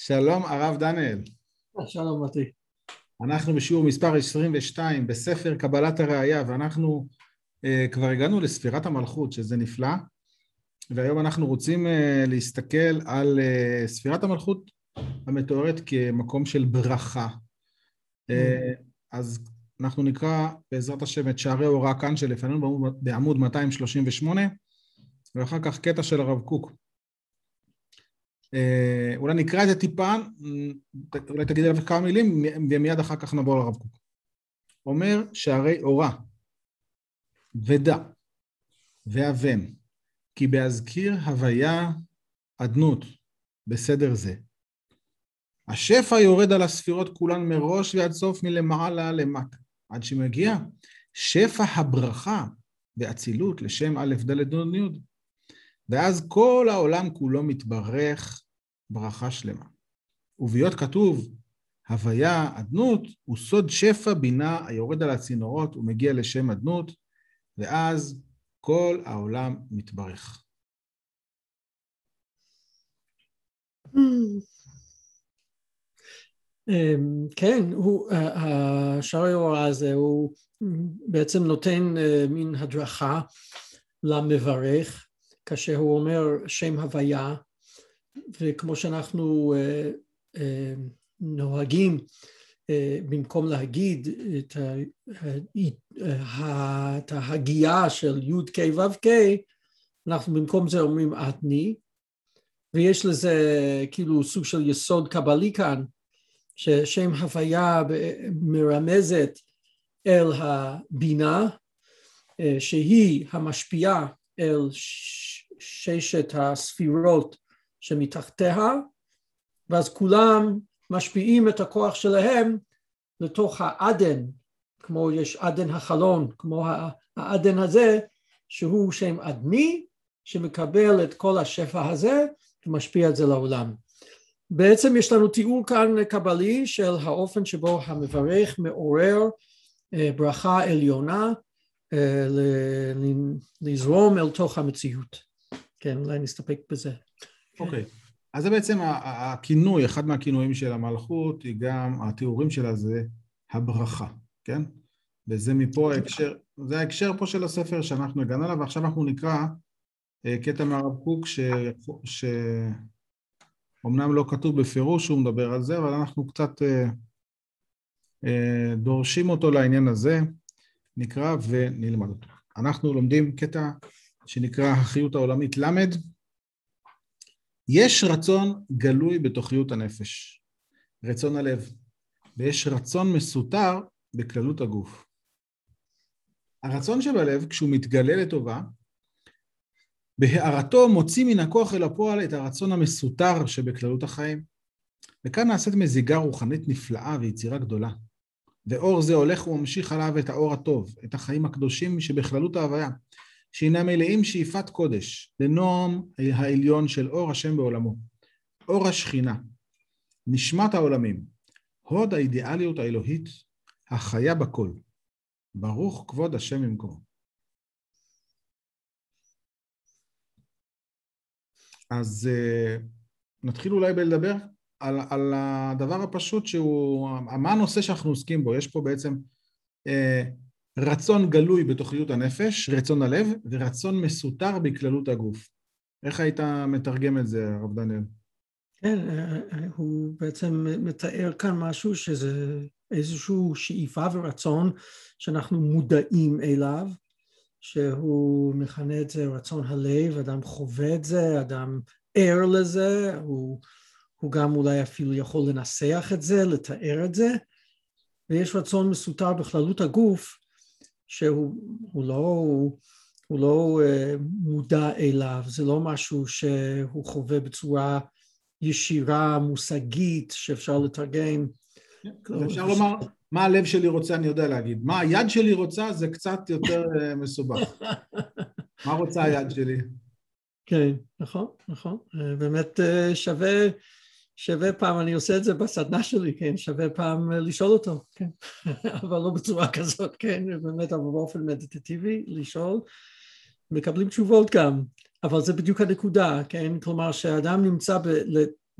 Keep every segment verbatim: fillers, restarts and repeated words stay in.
שלום הרב דניאל. שלום מתי. אנחנו בשיעור מספר עשרים ושתיים בספר קבלת הראייה, ואנחנו uh, כבר הגענו לספירת המלכות, שזה נפלא, והיום אנחנו רוצים uh, להסתכל על uh, ספירת המלכות המתוארת כמקום של ברכה. Mm. Uh, אז אנחנו נקרא בעזרת השם את שערי ההוראה כאן שלפנינו בעמוד מאתיים שלושים ושמונה, ואחר כך קטע של הרב קוק. Uh, אולי נקרא את זה טיפה, אולי תגיד עליו כמה מילים, ומיד אחר כך נעבור לרב קוק. אומר שערי אורה, ודע, ואבן, כי בהזכיר הוויה עדנות, בסדר זה. השפע יורד על הספירות כולן מראש ועד סוף מלמעלה למטה, עד שמגיע שפע הברכה ואצילות לשם א' ד' נ' י'. ואז כל העולם כולו מתברך ברכה שלמה. וביות כתוב, הוויה עדנות הוא סוד שפע בינה היורד על הצינורות ומגיע לשם עדנות, ואז כל העולם מתברך. כן, השערי ההוראה הזה הוא בעצם נותן מין הדרכה למברך, כאשר הוא אומר שם הוויה, וכמו שאנחנו uh, uh, נוהגים, uh, במקום להגיד את, uh, uh, את ההגייה של י' ק' ו' ק', אנחנו במקום זה אומרים עדני, ויש לזה כאילו סוג של יסוד קבלי כאן, ששם הוויה מרמזת אל הבינה, uh, שהיא המשפיעה אל ששת הספירות שמתחתיה, ואז כולם משפיעים את הכוח שלהם לתוך העדן, כמו יש עדן החלון, כמו העדן הזה, שהוא שם עדני, שמקבל את כל השפע הזה, ומשפיע את זה לעולם. בעצם יש לנו תיאור כאן קבלי של האופן שבו המברך מעורר ברכה עליונה, לזרום אל תוך המציאות. כן, אולי נסתפק בזה. אוקיי, אז זה בעצם הכינוי, אחד מהכינויים של המלכות, היא גם, התיאורים שלה זה הברכה, כן? וזה מפה ההקשר, זה ההקשר פה של הספר שאנחנו הגענו עליו, ועכשיו אנחנו נקרא קטע מהרב קוק, שאומנם לא כתוב בפירוש, הוא מדבר על זה, אבל אנחנו קצת דורשים אותו לעניין הזה, נקרא ונלמד אותו. אנחנו לומדים קטע שנקרא החיות העולמית למד. יש רצון גלוי בתוכיות הנפש, רצון הלב, ויש רצון מסותר בכללות הגוף. הרצון שבלב, כשהוא מתגלה לטובה, בהארתו מוציא מן הכוח אל הפועל את הרצון המסותר שבכללות החיים. וכאן נעשית מזיגה רוחנית נפלאה ויצירה גדולה. ואור זה הולך וממשיך עליו את האור הטוב, את החיים הקדושים שבכללות ההוויה, שהינם מלאים שאיפת קודש, לנועם העליון של אור השם בעולמו, אור השכינה, נשמת העולמים, הוד האידיאליות האלוהית, החיה בכל. ברוך כבוד השם ממקומו. אז uh, נתחיל אולי בלדבר על, על הדבר הפשוט שהוא, מה הנושא שאנחנו עוסקים בו? יש פה בעצם uh, רצון גלוי בתוכיות הנפש, רצון הלב, ורצון מסותר בכללות הגוף. איך היית מתרגם את זה, הרב דניאל? כן, הוא בעצם מתאר כאן משהו שזה איזושהי שאיפה ורצון שאנחנו מודעים אליו, שהוא מכנה את זה רצון הלב, אדם חווה את זה, אדם ער לזה, הוא, הוא גם אולי אפילו יכול לנסח את זה, לתאר את זה, ויש רצון מסותר בכללות הגוף, שהוא הוא לא, הוא לא uh, מודע אליו, זה לא משהו שהוא חווה בצורה ישירה, מושגית, שאפשר לתרגם. אפשר לומר, מה הלב שלי רוצה, אני יודע להגיד. מה היד שלי רוצה, זה קצת יותר uh, מסובך. מה רוצה היד שלי? כן, נכון, נכון. באמת uh, שווה... שווה פעם, אני עושה את זה בסדנה שלי, כן, שווה פעם לשאול אותו, כן, אבל לא בצורה כזאת, כן, באמת, אבל באופן מדיטטיבי, לשאול, מקבלים תשובות גם, אבל זה בדיוק הנקודה, כן, כלומר, שהאדם נמצא ב,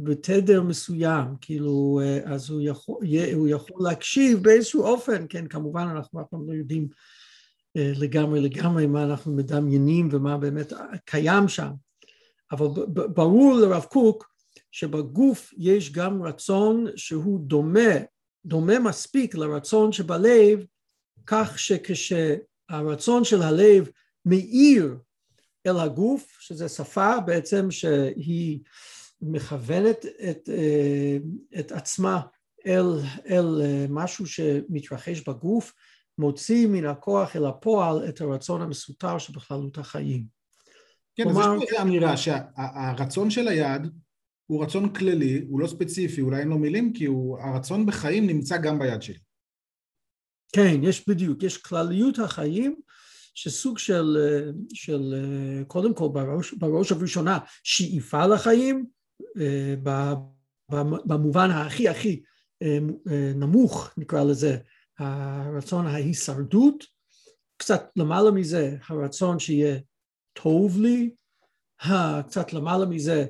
בתדר מסוים, כאילו, אז הוא יכול, הוא יכול להקשיב באיזשהו אופן, כן, כמובן אנחנו אף פעם לא יודעים לגמרי לגמרי מה אנחנו מדמיינים ומה באמת קיים שם, אבל ברור לרב קוק שבגוף יש גם רצון שהוא דומה, דומה מספיק לרצון שבלב, כך שכשהרצון של הלב מאיר אל הגוף, שזה שפה בעצם שהיא מכוונת את, את עצמה אל, אל משהו שמתרחש בגוף, מוציא מן הכוח אל הפועל את הרצון המסותר שבכללות החיים. כן, אז יש פה איזו אמירה שהרצון של היד הוא רצון כללי, הוא לא ספציפי, אולי אין לו מילים, כי הוא, הרצון בחיים נמצא גם ביד שלי. כן, יש בדיוק, יש כלליות החיים, שסוג של, של קודם כל בראש, בראש הראשונה, שאיפה לחיים, במובן הכי הכי נמוך נקרא לזה, הרצון ההישרדות, קצת למעלה מזה הרצון שיהיה טוב לי, קצת למעלה מזה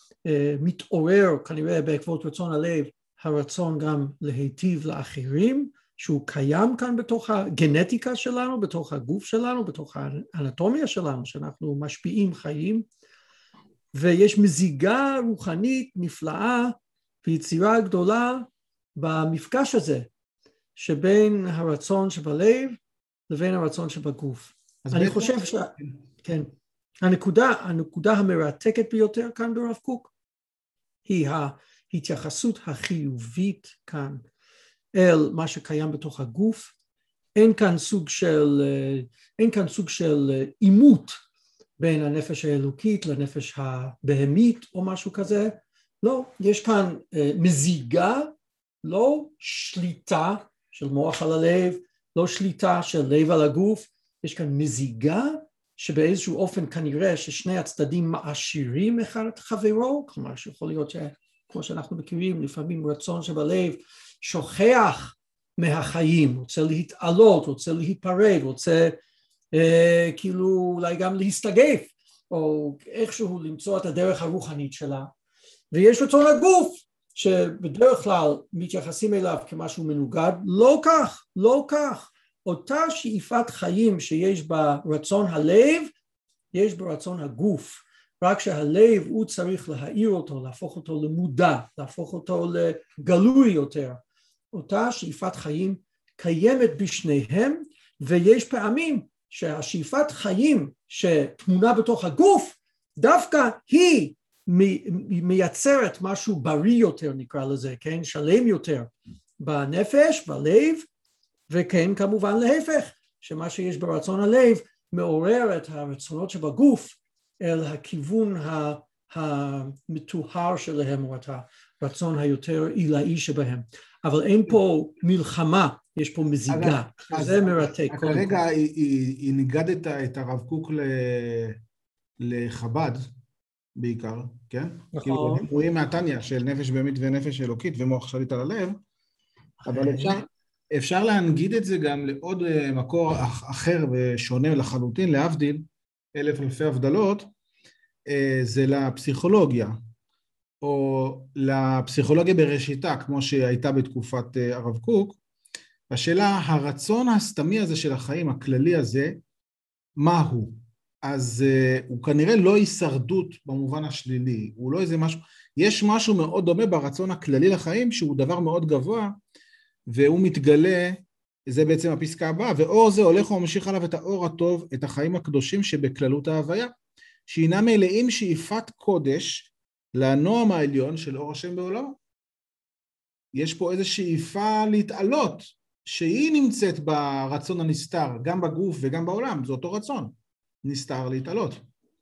מתעורר כנראה בעקבות רצון הלב, הרצון גם להיטיב לאחרים, שהוא קיים כאן בתוך הגנטיקה שלנו, בתוך הגוף שלנו, בתוך האנטומיה שלנו, שאנחנו משפיעים חיים, ויש מזיגה רוחנית נפלאה ויצירה גדולה במפגש הזה, שבין הרצון שבלב לבין הרצון שבגוף. אני חושב ש... כן. הנקודה, הנקודה המרתקת ביותר כאן ברב קוק, היא ההתייחסות החיובית כאן, אל מה שקיים בתוך הגוף. אין כאן סוג של, אין כאן סוג של עימות בין הנפש האלוקית לנפש הבהמית או משהו כזה. לא, יש כאן מזיגה, לא שליטה של מוח על הלב, לא שליטה של לב על הגוף, יש כאן מזיגה שבאיזשהו אופן כנראה ששני הצדדים מעשירים אחד את חברו, כלומר שיכול להיות שכמו שאנחנו מכירים, לפעמים רצון שבלב שוכח מהחיים, רוצה להתעלות, רוצה להיפרד, רוצה אה, כאילו אולי גם להסתגף, או איכשהו למצוא את הדרך הרוחנית שלה, ויש רצון הגוף, שבדרך כלל מתייחסים אליו כמשהו מנוגד, לא כך, לא כך, אותה שאיפת חיים שיש ברצון הלב, יש ברצון הגוף, רק שהלב הוא צריך להאיר אותו, להפוך אותו למודע, להפוך אותו לגלוי יותר. אותה שאיפת חיים קיימת בשניהם, ויש פעמים שהשאיפת חיים שתמונה בתוך הגוף, דווקא היא מייצרת משהו בריא יותר נקרא לזה, כן? שלם יותר בנפש, בלב, וכן כמובן להפך, שמה שיש ברצון הלב מעורר את הרצונות שבגוף אל הכיוון המטוהר שלהם, או את הרצון היותר עילאי שבהם. אבל אין פה מלחמה, יש פה מזיגה, זה מרתק. כרגע היא, היא, היא ניגדת את הרב קוק לחב"ד בעיקר, כן? נכון. כאילו הם רואים מהתניא של נפש בהמית ונפש אלוקית ומוח שליט על הלב, אבל אפשר, אפשר להנגיד את זה גם לעוד מקור אחר ושונה לחלוטין, להבדיל, אלף אלפי הבדלות, זה לפסיכולוגיה, או לפסיכולוגיה בראשיתה, כמו שהייתה בתקופת הרב קוק. השאלה, הרצון הסתמי הזה של החיים, הכללי הזה, מה הוא? אז uh, הוא כנראה לא הישרדות במובן השלילי, הוא לא איזה משהו, יש משהו מאוד דומה ברצון הכללי לחיים, שהוא דבר מאוד גבוה, והוא מתגלה, זה בעצם הפסקה הבאה, ואור זה הולך וממשיך עליו את האור הטוב, את החיים הקדושים שבכללות ההוויה, שהינם מלאים שאיפת קודש, לנועם העליון של אור השם בעולמו. יש פה איזו שאיפה להתעלות, שהיא נמצאת ברצון הנסתר, גם בגוף וגם בעולם, זה אותו רצון, נסתר להתעלות.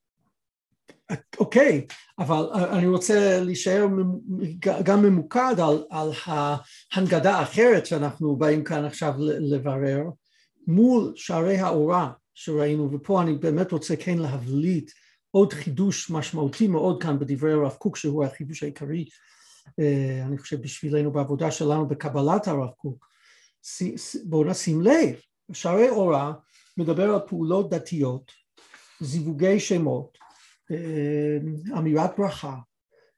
אוקיי, okay, אבל אני רוצה להישאר גם ממוקד על, על ההנגדה האחרת שאנחנו באים כאן עכשיו לברר, מול שערי האורה שראינו, ופה אני באמת רוצה כן להבליט, עוד חידוש משמעותי מאוד כאן בדברי הרב קוק, שהוא החידוש העיקרי, אני חושב בשבילנו בעבודה שלנו בקבלת הרב קוק. בואו נשים לב, שערי אורה מדבר על פעולות דתיות, זיווגי שמות, אמירת ברכה,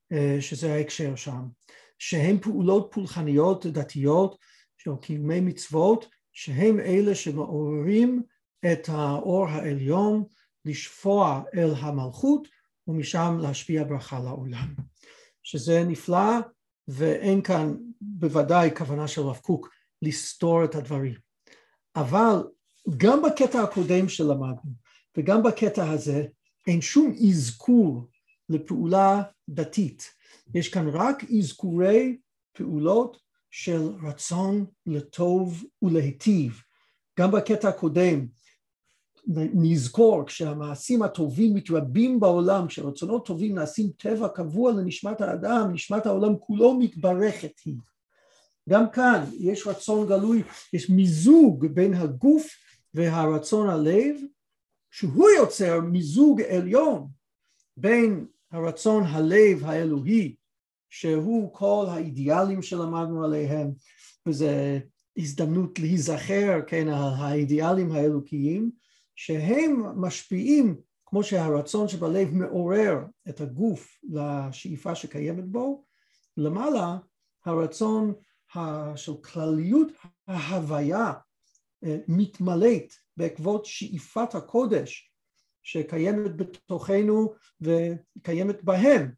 שזה ההקשר שם, שהן פעולות פולחניות דתיות, של קיומי מצוות, שהם אלה שמעוררים את האור העליון לשפוע אל המלכות, ומשם להשפיע ברכה לעולם. שזה נפלא, ואין כאן בוודאי כוונה של הרב קוק לסתור את הדברים. אבל גם בקטע הקודם שלמדנו, וגם בקטע הזה, אין שום אזכור לפעולה דתית. יש כאן רק אזכורי פעולות של רצון לטוב ולהיטיב. גם בקטע הקודם נזכור כשהמעשים הטובים מתרבים בעולם, כשרצונות טובים נעשים טבע קבוע לנשמת האדם, נשמת העולם כולו מתברכת היא. גם כאן יש רצון גלוי, יש מיזוג בין הגוף והרצון הלב, שהוא יוצר מיזוג עליון בין הרצון הלב האלוהי, שהוא כל האידיאלים שלמדנו עליהם, וזה הזדמנות להיזכר, כן, האידיאלים האלוקיים, שהם משפיעים, כמו שהרצון שבלב מעורר את הגוף לשאיפה שקיימת בו, למעלה הרצון של כלליות ההוויה מתמלאת בעקבות שאיפת הקודש שקיימת בתוכנו וקיימת בהם,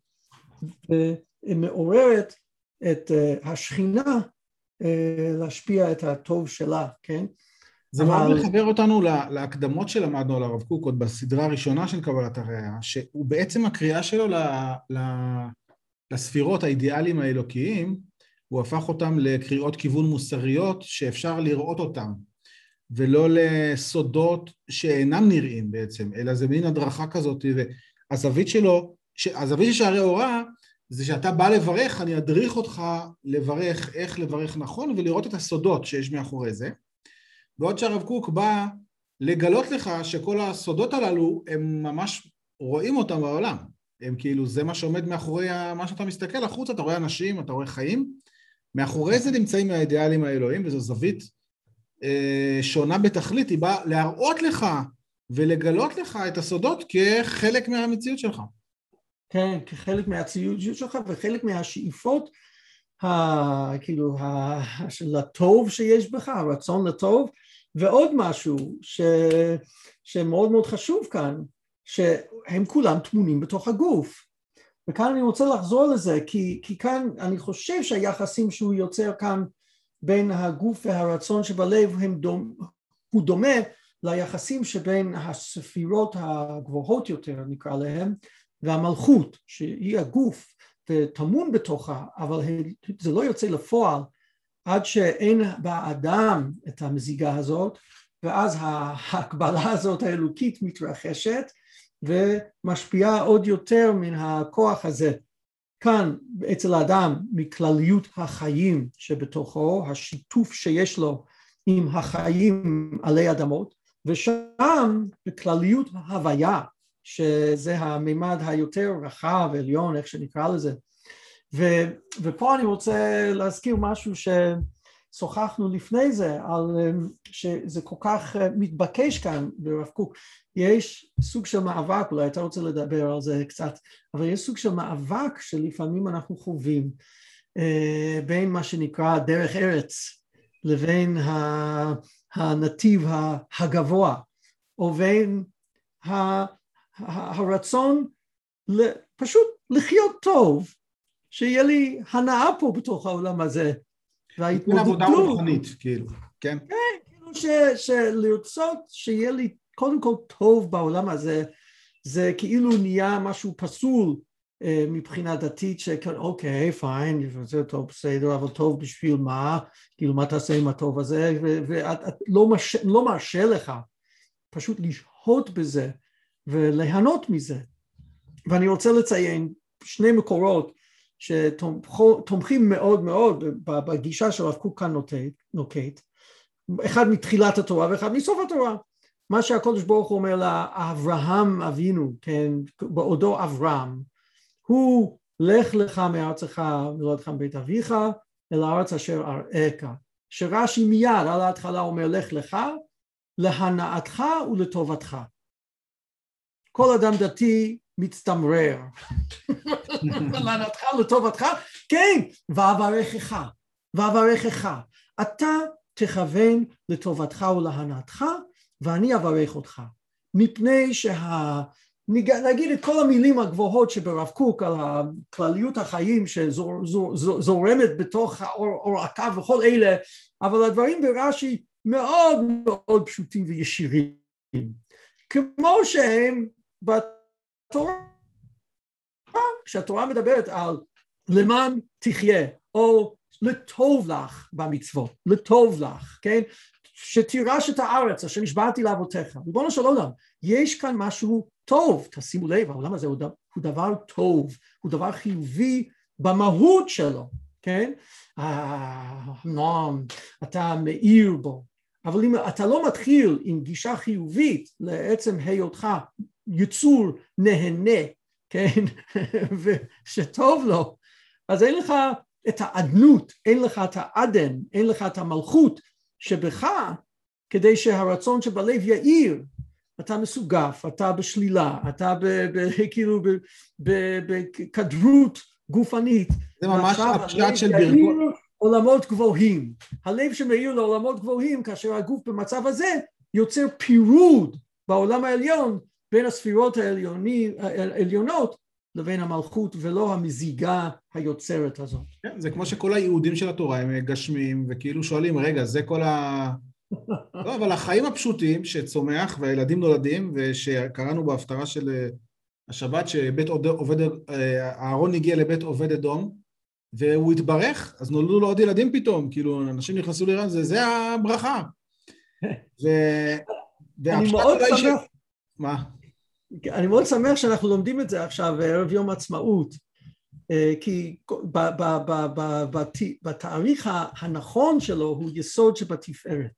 ומעוררת את השכינה להשפיע את הטוב שלה, כן? זה מאוד מחבר אותנו להקדמות שלמדנו על הרב קוק, עוד בסדרה הראשונה של קבלת הראייה, שהוא בעצם הקריאה שלו לספירות האידיאליים האלוקיים, הוא הפך אותם לקריאות כיוון מוסריות שאפשר לראות אותם, ולא לסודות שאינם נראים בעצם, אלא זה מין הדרכה כזאת, והזווית שלו, הזווית של שערי אורה, זה שאתה בא לברך, אני אדריך אותך לברך, איך לברך נכון, ולראות את הסודות שיש מאחורי זה. ועוד שהרב קוק בא לגלות לך שכל הסודות הללו, הם ממש רואים אותם בעולם. הם כאילו, זה מה שעומד מאחורי מה שאתה מסתכל החוצה, אתה רואה אנשים, אתה רואה חיים. מאחורי זה נמצאים האידיאלים האלוהים, וזו זווית אה, שונה בתכלית, היא באה להראות לך ולגלות לך את הסודות כחלק מהמציאות שלך. כן, כחלק מהציוד שלך וחלק מהשאיפות, ה, כאילו, ה, של הטוב שיש בך, הרצון לטוב, ועוד משהו ש, שמאוד מאוד חשוב כאן, שהם כולם תמונים בתוך הגוף. וכאן אני רוצה לחזור לזה, כי, כי כאן אני חושב שהיחסים שהוא יוצר כאן בין הגוף והרצון שבלב, הם דומ, הוא דומה ליחסים שבין הספירות הגבוהות יותר, נקרא להם, והמלכות, שהיא הגוף וטמון בתוכה, אבל זה לא יוצא לפועל עד שאין באדם את המזיגה הזאת, ואז ההקבלה הזאת האלוקית מתרחשת ומשפיעה עוד יותר מן הכוח הזה. כאן אצל האדם מכלליות החיים שבתוכו, השיתוף שיש לו עם החיים עלי אדמות, ושם בכלליות ההוויה, שזה הממד היותר רחב, עליון, איך שנקרא לזה. ו, ופה אני רוצה להזכיר משהו ששוחחנו לפני זה, על שזה כל כך מתבקש כאן ברב קוק. יש סוג של מאבק, אולי אתה רוצה לדבר על זה קצת, אבל יש סוג של מאבק שלפעמים אנחנו חווים, בין מה שנקרא דרך ארץ, לבין הנתיב הגבוה, או בין ה... הרצון פשוט לחיות טוב, שיהיה לי הנאה פה בתוך העולם הזה, וההתמודדות. עבודה רוחנית, כאילו, כן? כן, כאילו שלרצות שיהיה לי קודם כל טוב בעולם הזה, זה כאילו נהיה משהו פסול מבחינה דתית, שכאן, אוקיי, פיין, זה טוב, בסדר, אבל טוב בשביל מה? כאילו, מה תעשה עם הטוב הזה? ואת לא מרשה, לא מרשה לך פשוט לשהות בזה, וליהנות מזה. ואני רוצה לציין שני מקורות שתומכים מאוד מאוד בגישה של הרב קוק כאן נוקט, אחד מתחילת התורה ואחד מסוף התורה. מה שהקדוש ברוך הוא אומר לאברהם אבינו, כן, בעודו אברהם, הוא לך לך מארצך מולדתך מבית אביך אל הארץ אשר אראך, שרש"י מיד על ההתחלה אומר לך לך להנאתך ולטובתך. כל אדם דתי מצטמרר. להנאתך לטובתך, כן, ואברכך, ואברכך. אתה תכוון לטובתך ולהנאתך, ואני אברך אותך. מפני שה... נגיד את כל המילים הגבוהות שברב קוק על כלליות החיים שזורמת בתוך האור הקו וכל אלה, אבל הדברים ברש"י מאוד מאוד פשוטים וישירים. כמו שהם בתורה, כשהתורה מדברת על למען תחיה, או לטוב לך במצוות, לטוב לך, כן? שתירש את הארץ אשר נשבעתי לאבותיך. ריבונו של עולם, יש כאן משהו טוב, תשימו לב, העולם הזה הוא דבר טוב, הוא דבר חיובי במהות שלו, כן? נועם, אתה מאיר בו, אבל אם אתה לא מתחיל עם גישה חיובית לעצם היותך יצור נהנה, כן? ושטוב לו, אז אין לך את העדנות, אין לך את העדן, אין לך את המלכות שבך, כדי שהרצון שבלב יאיר, אתה מסוגף, אתה בשלילה, אתה כאילו בכדרות גופנית. זה ממש הפשט של ברכות. עולמות גבוהים. הלב שמאיר לעולמות גבוהים, כאשר הגוף במצב הזה, יוצר פירוד בעולם העליון, בין הספירות העליונות, לבין המלכות, ולא המזיגה היוצרת הזאת. כן, זה כמו שכל היהודים של התורה הם גשמים, וכאילו שואלים, רגע, זה כל ה... לא, אבל החיים הפשוטים שצומח והילדים נולדים, ושקראנו בהפטרה של השבת, שבית עובד, אהרון הגיע לבית עובד אדום, והוא התברך, אז נולדו לו עוד ילדים פתאום, כאילו אנשים נכנסו לירן, זה, זה הברכה. ו... אני מאוד שמח. מה? אני מאוד שמח שאנחנו לומדים את זה עכשיו, ערב יום עצמאות, כי בתאריך הנכון שלו הוא יסוד שבתפארת.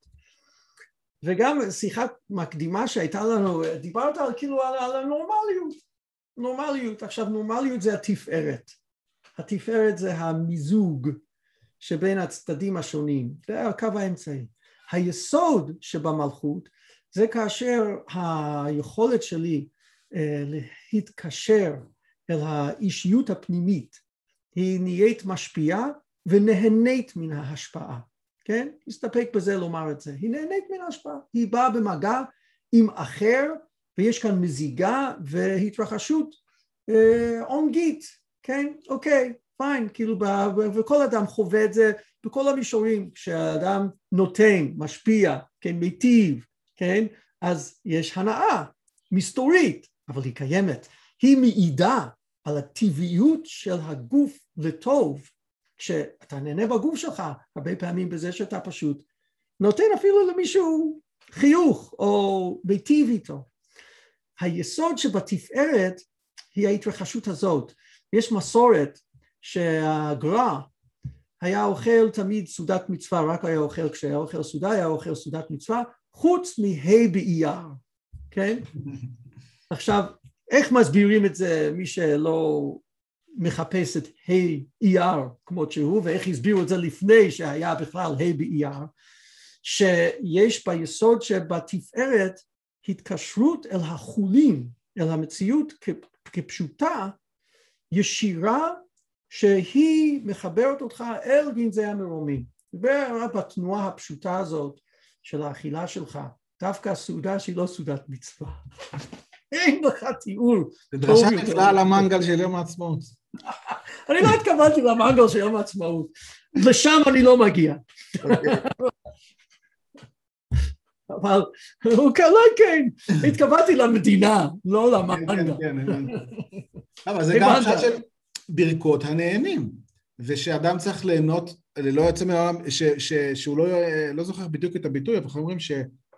וגם שיחה מקדימה שהייתה לנו, דיברת על, כאילו על, על הנורמליות, נורמליות, עכשיו נורמליות זה התפארת, התפארת זה המיזוג שבין הצדדים השונים, זה הקו האמצעי. היסוד שבמלכות זה כאשר היכולת שלי אה, להתקשר אל האישיות הפנימית, היא נהיית משפיעה ונהנית מן ההשפעה. כן? נסתפק בזה לומר את זה. היא נהנית מן ההשפעה. היא באה במגע עם אחר, ויש כאן מזיגה והתרחשות עונגית. כן? אוקיי, פיין. כאילו, וכל אדם חווה את זה בכל המישורים. כשהאדם נותן, משפיע, כן? מיטיב, כן? אז יש הנאה מסתורית, אבל היא קיימת. היא מעידה על הטבעיות של הגוף לטוב, כשאתה נהנה בגוף שלך, הרבה פעמים בזה שאתה פשוט נותן אפילו למישהו חיוך או מיטיב איתו. היסוד שבתפארת היא ההתרחשות הזאת. יש מסורת שהגר"א היה אוכל תמיד סעודת מצווה, רק היה אוכל כשהיה אוכל סעודה, היה אוכל סעודת מצווה, חוץ מה' באייר, כן? עכשיו, איך מסבירים את זה מי שלא מחפש את ה' אייר כמות שהוא, ואיך הסבירו את זה לפני שהיה בכלל ה' באייר, שיש ביסוד שבתפארת התקשרות אל החולים, אל המציאות כפשוטה, ישירה, שהיא מחברת אותך אל גנזי המרומים. בתנועה הפשוטה הזאת של האכילה שלך, דווקא הסעודה שהיא לא סעודת מצווה. אין לך תיאור. זה דרשה נפלאה על המנגל של יום העצמאות. אני לא התכוונתי למנגל של יום העצמאות. לשם אני לא מגיע. אבל הוא לא כן, התכוונתי למדינה, לא למנגל. אבל זה גם שעה של ברכות הנהנים, ושאדם צריך ליהנות, לא יוצא מהעולם, שהוא לא זוכר בדיוק את הביטוי, אבל אנחנו אומרים ש...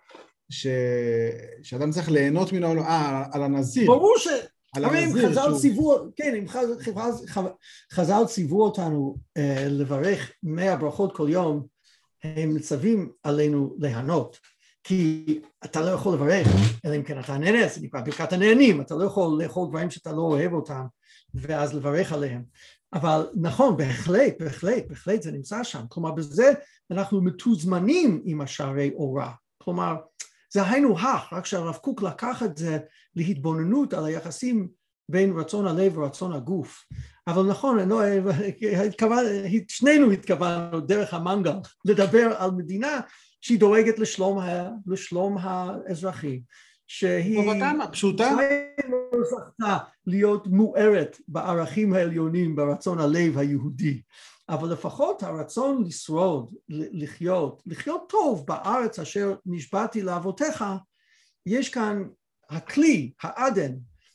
שאדם צריך ליהנות מן העולם, אה, על הנזיר. ברור ש... הרי אם חז"ל ציוו, כן, אם חז"ל ציוו אותנו לברך מאה ברכות כל יום, הם מצווים עלינו ליהנות, כי אתה לא יכול לברך, אלא אם כן אתה נהנה, זה נקרא ברכת הנהנים, אתה לא יכול לאכול דברים שאתה לא אוהב אותם, ואז לברך עליהם. אבל נכון, בהחלט, בהחלט, בהחלט זה נמצא שם. כלומר, בזה אנחנו מתוזמנים עם השערי אורה. כלומר, זה היינו הך, רק שהרב קוק לקח את זה להתבוננות על היחסים בין רצון הלב ורצון הגוף. אבל נכון, לא, שנינו התכוונו דרך המנגל לדבר על מדינה שהיא דואגת לשלום, לשלום האזרחי, שהיא פשוטה לא זכתה להיות מוארת בערכים העליונים ברצון הלב היהודי, אבל לפחות הרצון לשרוד, לחיות, לחיות טוב בארץ אשר נשבעתי לאבותיך, יש כאן הכלי, העדן,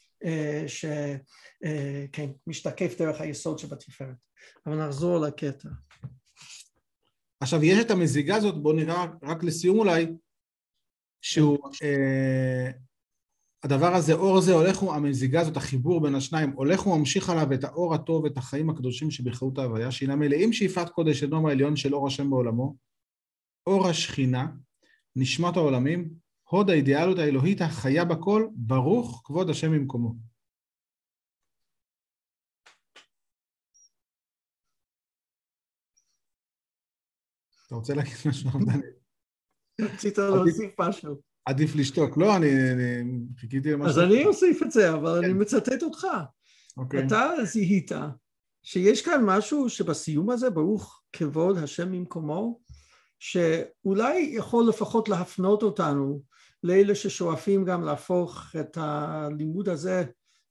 שכן, משתקף דרך היסוד שבתפארת. אבל נחזור לקטע. עכשיו, יש את המזיגה הזאת, בואו נראה רק לסיום אולי, שהוא, אה, הדבר הזה, אור זה הולך, המזיגה הזאת, החיבור בין השניים, הולך וממשיך עליו את האור הטוב, את החיים הקדושים שבחירות ההוויה, שהינה מלאים שאיפת קודש אדום העליון של אור השם בעולמו, אור השכינה, נשמת העולמים, הוד האידיאליות האלוהית החיה בכל, ברוך כבוד השם במקומו. אתה רוצה להגיד משהו? רצית להוסיף משהו. עדיף לשתוק. לא, אני חיכיתי למשהו. אז אני אוסיף את זה, אבל אני מצטט אותך. אתה זיהית שיש כאן משהו שבסיום הזה, ברוך כבוד השם במקומו, שאולי יכול לפחות להפנות אותנו לאלה ששואפים גם להפוך את הלימוד הזה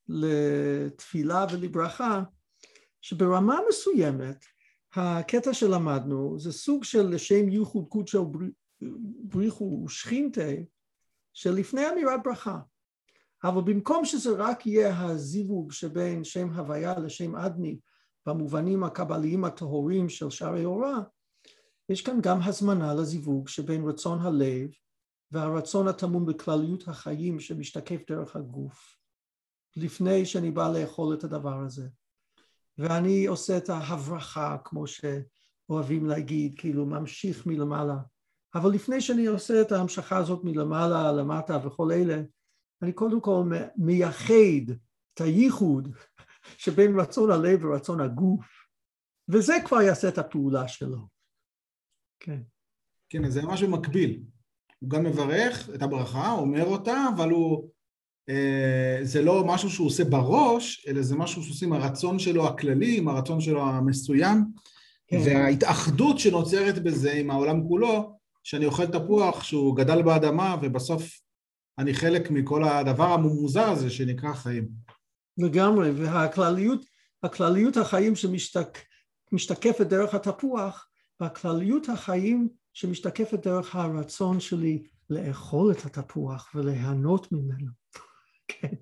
לתפילה ולברכה, שברמה מסוימת, הקטע שלמדנו זה סוג של לשם ייחוד קודשו בריחו ושכינתה, שלפני אמירת ברכה. אבל במקום שזה רק יהיה הזיווג שבין שם הוויה לשם אדני, במובנים הקבליים הטהורים של שערי אורה, יש כאן גם הזמנה לזיווג שבין רצון הלב והרצון הטמון בכלליות החיים שמשתקף דרך הגוף, לפני שאני בא לאכול את הדבר הזה. ואני עושה את ההברכה, כמו שאוהבים להגיד, כאילו ממשיך מלמעלה. אבל לפני שאני עושה את ההמשכה הזאת מלמעלה, למטה וכל אלה, אני קודם כל מייחד את הייחוד שבין רצון הלב ורצון הגוף, וזה כבר יעשה את הפעולה שלו. כן. כן, אז זה ממש במקביל. הוא גם מברך את הברכה, אומר אותה, אבל הוא, אה, זה לא משהו שהוא עושה בראש, אלא זה משהו שהוא עושה עם הרצון שלו הכללי, עם הרצון שלו המסוים, כן. וההתאחדות שנוצרת בזה עם העולם כולו, שאני אוכל תפוח שהוא גדל באדמה, ובסוף אני חלק מכל הדבר המוזר הזה שנקרא חיים. לגמרי, והכלליות, הכלליות החיים שמשתקפת דרך התפוח, והכלליות החיים שמשתקפת דרך הרצון שלי לאכול את התפוח ולהיהנות ממנו. כן.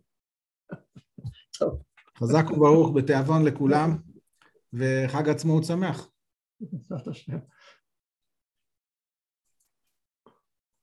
טוב. חזק וברוך בתיאבון לכולם, וחג עצמאות שמח. בעזרת השם.